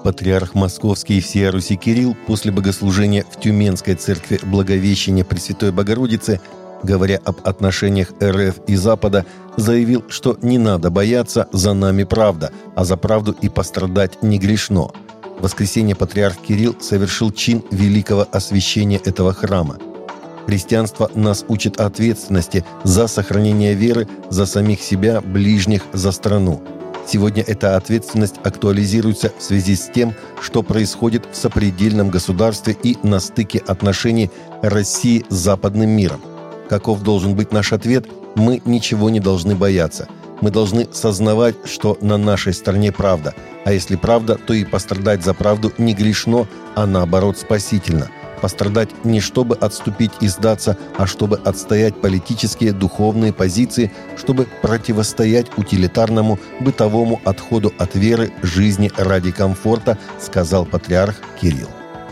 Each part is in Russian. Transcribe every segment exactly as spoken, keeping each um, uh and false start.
Патриарх Московский и всея Руси Кирилл после богослужения в Тюменской церкви Благовещения Пресвятой Богородицы, говоря об отношениях эр эф и Запада, заявил, что не надо бояться, за нами правда, а за правду и пострадать не грешно. В воскресенье патриарх Кирилл совершил чин великого освящения этого храма. Христианство нас учит ответственности за сохранение веры, за самих себя, ближних, за страну. Сегодня эта ответственность актуализируется в связи с тем, что происходит в сопредельном государстве и на стыке отношений России с западным миром. Каков должен быть наш ответ? Мы ничего не должны бояться. Мы должны сознавать, что на нашей стороне правда. А если правда, то и пострадать за правду не грешно, а наоборот спасительно. Пострадать не чтобы отступить и сдаться, а чтобы отстоять политические, духовные позиции, чтобы противостоять утилитарному, бытовому отходу от веры, жизни ради комфорта, сказал патриарх Кирилл.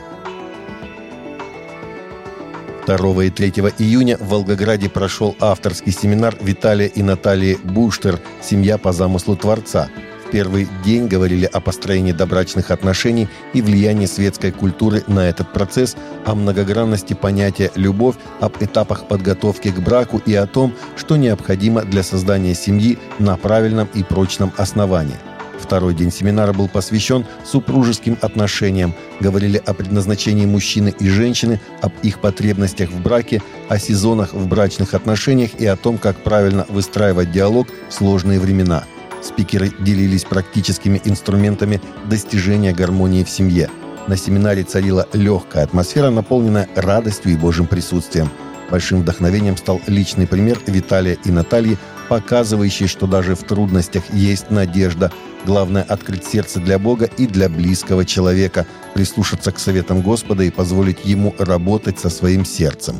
второго и третьего июня в Волгограде прошел авторский семинар Виталия и Натальи Буштер «Семья по замыслу Творца». В первый день говорили о построении добрачных отношений и влиянии светской культуры на этот процесс, о многогранности понятия «любовь», об этапах подготовки к браку и о том, что необходимо для создания семьи на правильном и прочном основании. Второй день семинара был посвящен супружеским отношениям. Говорили о предназначении мужчины и женщины, об их потребностях в браке, о сезонах в брачных отношениях и о том, как правильно выстраивать диалог в сложные времена. Спикеры делились практическими инструментами достижения гармонии в семье. На семинаре царила легкая атмосфера, наполненная радостью и Божьим присутствием. Большим вдохновением стал личный пример Виталия и Натальи, показывающий, что даже в трудностях есть надежда. Главное – открыть сердце для Бога и для близкого человека, прислушаться к советам Господа и позволить Ему работать со своим сердцем.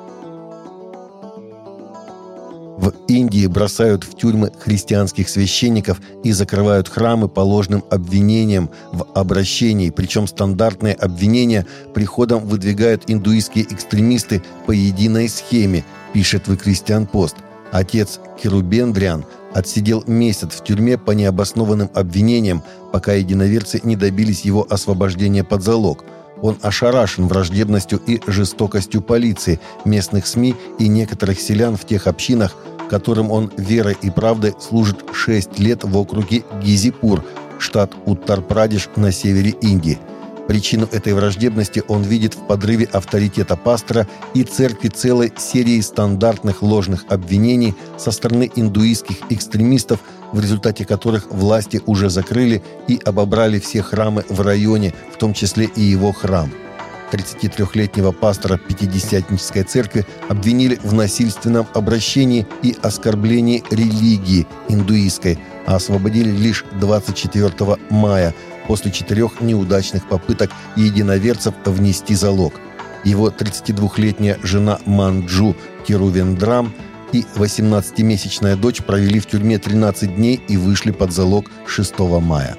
В Индии бросают в тюрьмы христианских священников и закрывают храмы по ложным обвинениям в обращении, причем стандартные обвинения приходом выдвигают индуистские экстремисты по единой схеме, пишет The Christian Post. Отец Керубендрян отсидел месяц в тюрьме по необоснованным обвинениям, пока единоверцы не добились его освобождения под залог. Он ошарашен враждебностью и жестокостью полиции, местных СМИ и некоторых селян в тех общинах, которым он верой и правдой служит шесть лет в округе Гизипур, штат Уттар-Прадеш на севере Индии. Причину этой враждебности он видит в подрыве авторитета пастора и церкви целой серии стандартных ложных обвинений со стороны индуистских экстремистов, в результате которых власти уже закрыли и обобрали все храмы в районе, в том числе и его храм. тридцатитрёхлетнего пастора Пятидесятнической церкви обвинили в насильственном обращении и оскорблении религии индуистской, а освободили лишь двадцать четвёртого мая, после четырех неудачных попыток единоверцев внести залог. Его тридцатидвухлетняя жена Манджу Тирувендрам и восемнадцатимесячная дочь провели в тюрьме тринадцать дней и вышли под залог шестого мая.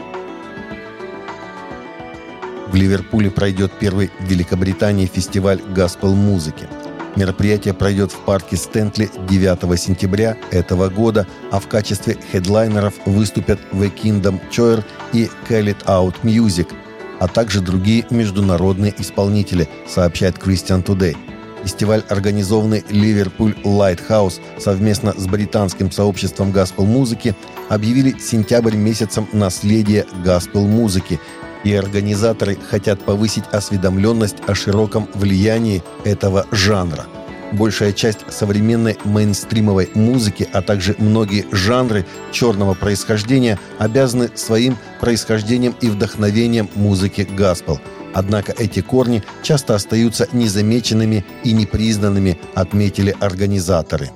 В Ливерпуле пройдет первый в Великобритании фестиваль госпел-музыки. Мероприятие пройдет в парке Стентли девятого сентября этого года, а в качестве хедлайнеров выступят The Kingdom Choir и Call It Out Music, а также другие международные исполнители, сообщает Christian Today. Фестиваль, организованный Liverpool Lighthouse совместно с британским сообществом госпел-музыки, объявили сентябрь месяцем наследия госпел-музыки, и организаторы хотят повысить осведомленность о широком влиянии этого жанра. Большая часть современной мейнстримовой музыки, а также многие жанры черного происхождения обязаны своим происхождением и вдохновением музыки госпел. Однако эти корни часто остаются незамеченными и непризнанными, отметили организаторы.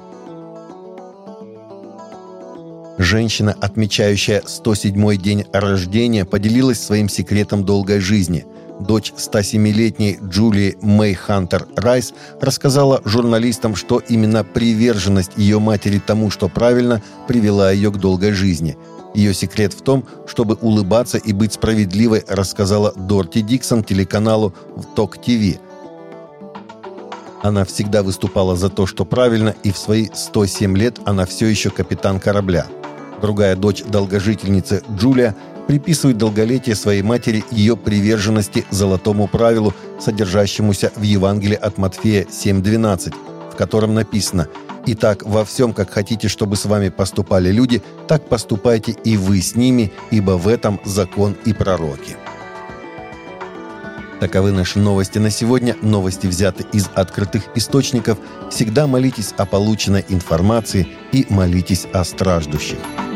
Женщина, отмечающая сто седьмой день рождения, поделилась своим секретом долгой жизни. Дочь стосемилетней Джулии Мэй Хантер Райс рассказала журналистам, что именно приверженность ее матери тому, что правильно, привела ее к долгой жизни. Ее секрет в том, чтобы улыбаться и быть справедливой, рассказала Дорти Диксон телеканалу Ток ти ви. Она всегда выступала за то, что правильно, и в свои сто семь лет она все еще капитан корабля. Другая дочь долгожительницы Джулия приписывает долголетие своей матери ее приверженности золотому правилу, содержащемуся в Евангелии от Матфея семь двенадцать, в котором написано: «Итак, во всем, как хотите, чтобы с вами поступали люди, так поступайте и вы с ними, ибо в этом закон и пророки». Таковы наши новости на сегодня. Новости взяты из открытых источников. Всегда молитесь о полученной информации и молитесь о страждущих.